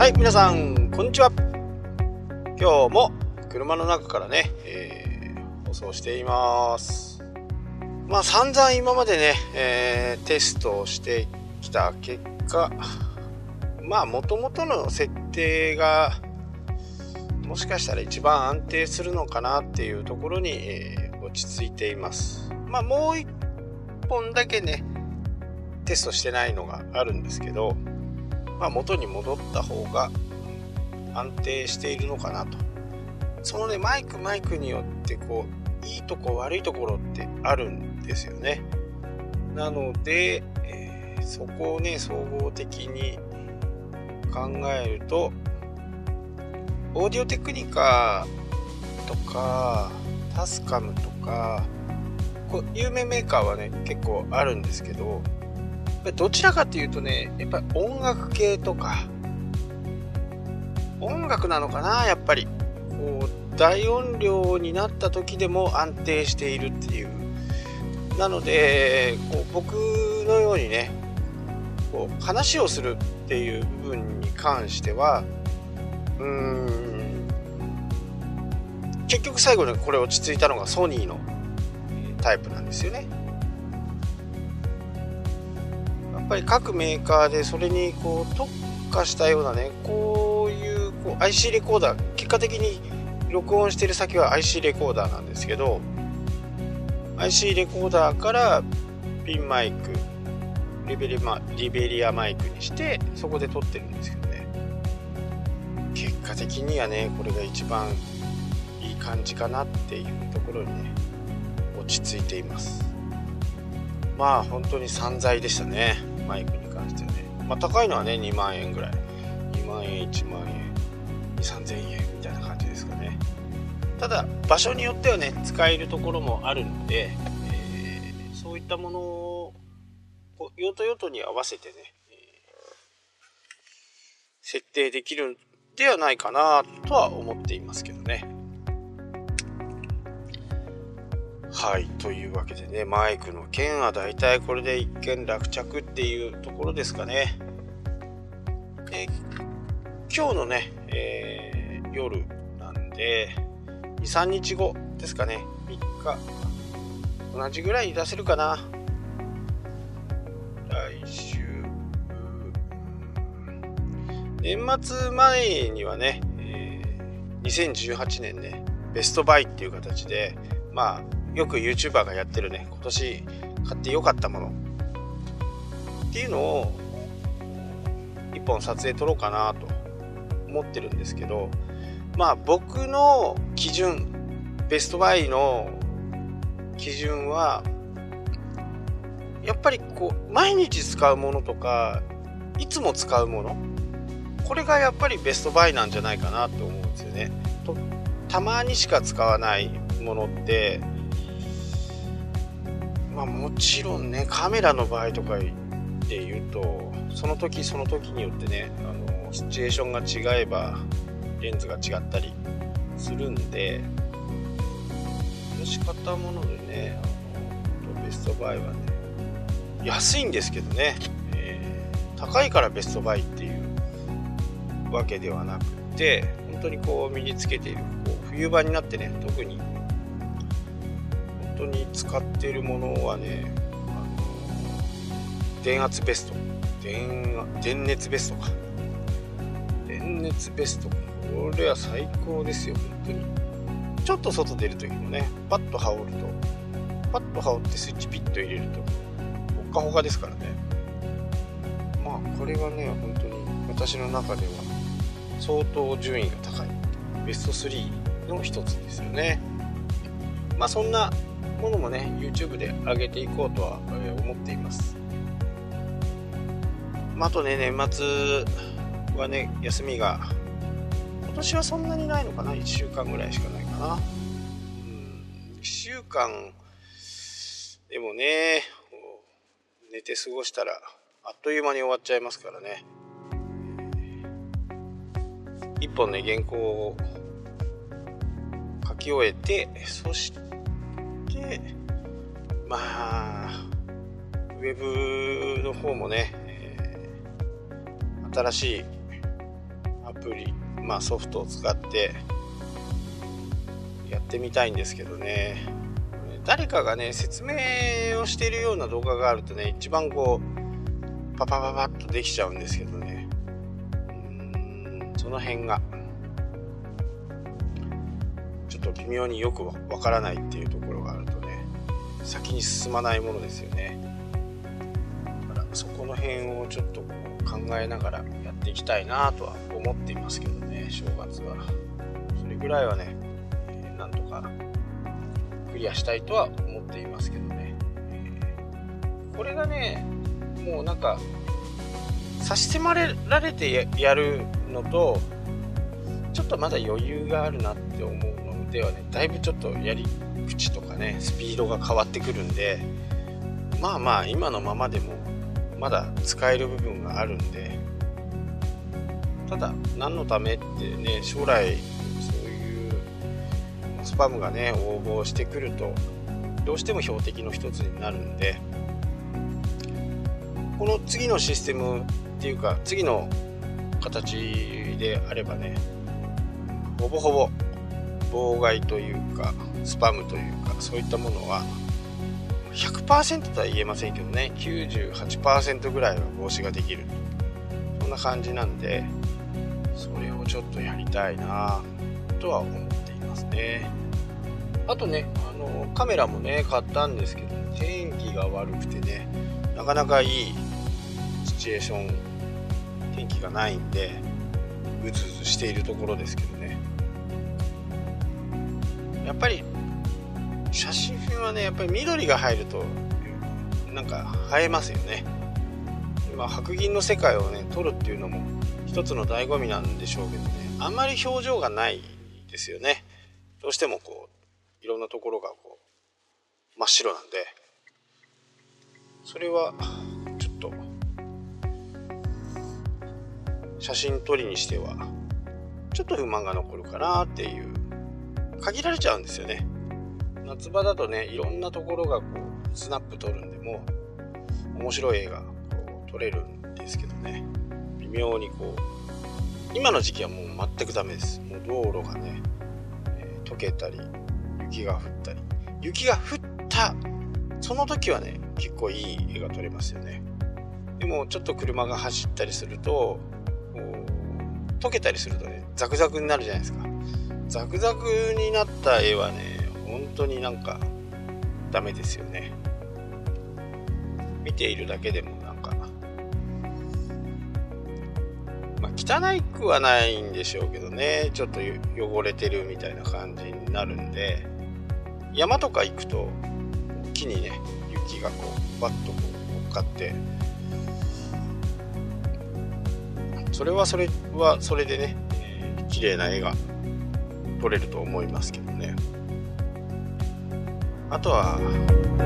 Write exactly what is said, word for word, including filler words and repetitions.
はい、皆さんこんにちは。今日も車の中からね、えー、放送しています。まあ散々今までね、えー、テストをしてきた結果、まあ元々の設定がもしかしたら一番安定するのかなっていうところに、えー、落ち着いています。まあもう一本だけねテストしてないのがあるんですけど、まあ、元に戻った方が安定しているのかなと。そのねマイクマイクによってこういいとこ悪いところってあるんですよね。なので、えー、そこをね総合的に考えるとオーディオテクニカとかタスカムとかこう有名メーカーはね結構あるんですけど、どちらかというとねやっぱり音楽系とか音楽なのかな、やっぱりこう大音量になった時でも安定しているっていう。なのでこう僕のようにねこう話をするっていう部分に関してはうーん結局最後にこれ落ち着いたのがソニーのタイプなんですよね。やっぱり各メーカーでそれにこう特化したようなねこういう、こう アイシー レコーダー、結果的に録音してる先は アイシー レコーダーなんですけど、 アイシー レコーダーからピンマイクリベリマ、リベリアマイクにしてそこで撮ってるんですけどね、結果的にはねこれが一番いい感じかなっていうところにね落ち着いています。まあ本当に散財でしたね、マイクに関してはね。まあ高いのはねにまんえんぐらい、にまんえん、いちまんえん、にせんさんぜんえんみたいな感じですかね。ただ場所によってはね使えるところもあるので、えー、そういったものを用途用途に合わせてね、えー、設定できるんではないかなとは思っていますけどね。はい、というわけでねマイクの件はだいたいこれで一件落着っていうところですかね。で今日のね、えー、夜なんで にさんにちごですかね、みっか同じぐらいに出せるかな。来週年末前にはね、えー、にせんじゅうはちねんねベストバイっていう形で、まあよく YouTuber がやってるね今年買ってよかったものっていうのを一本撮影撮ろうかなと思ってるんですけど、まあ僕の基準、ベストバイの基準はやっぱりこう毎日使うものとかいつも使うもの、これがやっぱりベストバイなんじゃないかなと思うんですよね。とたまにしか使わないものってまあもちろんねカメラの場合とかで言うとその時その時によってねあのシチュエーションが違えばレンズが違ったりするんで、仕方ものでねあのベストバイはね安いんですけどね、えー、高いからベストバイっていうわけではなくて、本当にこう身につけているこう冬場になってね特に本当に使っているものはね、あの電圧ベスト、電電熱ベストか電熱ベスト、これは最高ですよ本当に。ちょっと外出る時もねパッと羽織るとパッと羽織ってスイッチピッと入れるとほっかほかですからね。まあこれはね本当に私の中では相当順位が高いベストスリーの一つですよね。まあそんなものもね YouTube で上げていこうとは思っています。まあ、あとね年末はね休みが今年はそんなにないのかな、いっしゅうかんぐらいしかないかな。うんいっしゅうかんでもね寝て過ごしたらあっという間に終わっちゃいますからね。一本ね原稿を書き終えて、そしてまあウェブの方もね、えー、新しいプリ、まあ、ソフトを使ってやってみたいんですけどね、誰かがね説明をしているような動画があるとね、一番こうパパパパッとできちゃうんですけどね、うーんその辺がちょっと微妙によくわからないっていうところがあるとね、先に進まないものですよね。だからそこの辺をちょっとこう考えながらやっていきたいなとは思っていますけどね、正月はそれぐらいはね、えー、なんとかクリアしたいとは思っていますけどね、えー、これがねもうなんか差し迫られて や, やるのとちょっとまだ余裕があるなって思うのではね、だいぶちょっとやり口とかねスピードが変わってくるんで、まあまあ今のままでもまだ使える部分があるんで、ただ何のためってね、将来そういうスパムがね応募してくるとどうしても標的の一つになるんで、この次のシステムっていうか次の形であればね、ほぼほぼ妨害というかスパムというかそういったものは ひゃくパーセント とは言えませんけどね、 きゅうじゅうはちパーセント ぐらいは防止ができる、そんな感じなんで、それをちょっとやりたいなとは思っていますね。あとね、あのカメラもね買ったんですけど、天気が悪くてねなかなかいいシチュエーション、天気がないんでうずうずしているところですけどね、やっぱり写真はねやっぱり緑が入るとなんか映えますよね。まあ、白銀の世界をね撮るっていうのも一つの醍醐味なんでしょうけどね、あんまり表情がないですよね。どうしてもこういろんなところがこう真っ白なんで、それはちょっと写真撮りにしてはちょっと不満が残るかなっていう、限られちゃうんですよね。夏場だとねいろんなところがこうスナップ撮るんでも面白い絵がこう撮れるんですけどね、微妙にこう今の時期はもう全くダメです。もう道路がね、えー、溶けたり雪が降ったり、雪が降ったその時はね結構いい絵が撮れますよね。でもちょっと車が走ったりすると溶けたりするとねザクザクになるじゃないですか。ザクザクになった絵はね本当になんかダメですよね。見ているだけでもなんか、まあ、汚くはないんでしょうけどね、ちょっと汚れてるみたいな感じになるんで、山とか行くと木にね雪がこうバッとこう乗っかって、それはそれはそれでね、えー、綺麗な絵が撮れると思いますけどね。あとは